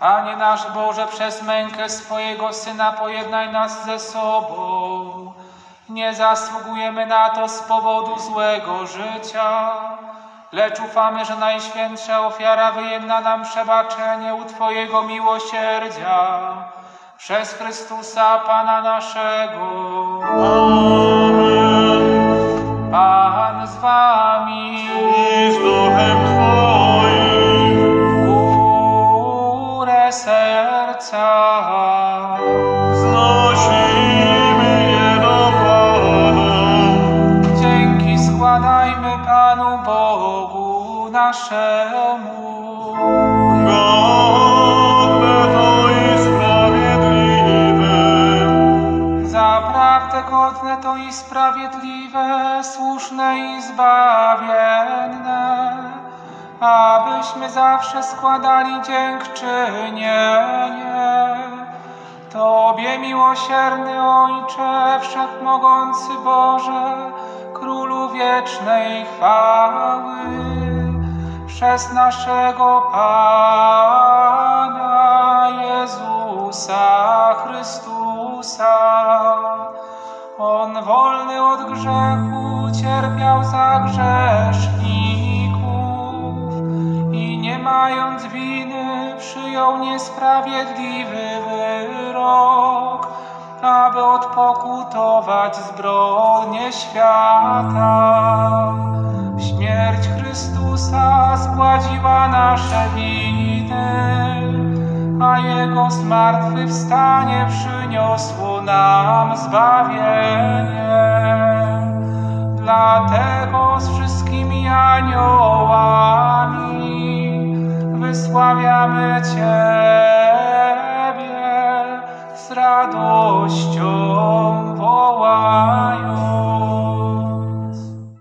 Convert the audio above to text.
Panie nasz Boże, przez mękę swojego Syna pojednaj nas ze sobą. Nie zasługujemy na to z powodu złego życia, lecz ufamy, że Najświętsza ofiara wyjedna nam przebaczenie u Twojego miłosierdzia. Przez Chrystusa Pana naszego. Amen. Pan z wami. I z duchem Twoim. Górę serca. Wznosimy je do Pana. Dzięki składajmy Panu Bogu naszemu. Godne to i sprawiedliwe. Zaprawdę godne to i sprawiedliwe, słuszne i zbawienne, abyśmy zawsze składali dziękczynienie Tobie, miłosierny Ojcze, Wszechmogący Boże, Królu wiecznej chwały, przez naszego Pana Jezusa Chrystusa. On wolny od grzechu cierpiał za grzeszników i nie mając winy przyjął niesprawiedliwy wyrok, aby odpokutować zbrodnie świata. Śmierć Chrystusa zgładziła nasze winy, a Jego zmartwychwstanie przyniosło nam zbawienie. Dlatego z wszystkimi aniołami wysławiamy Ciebie z radością.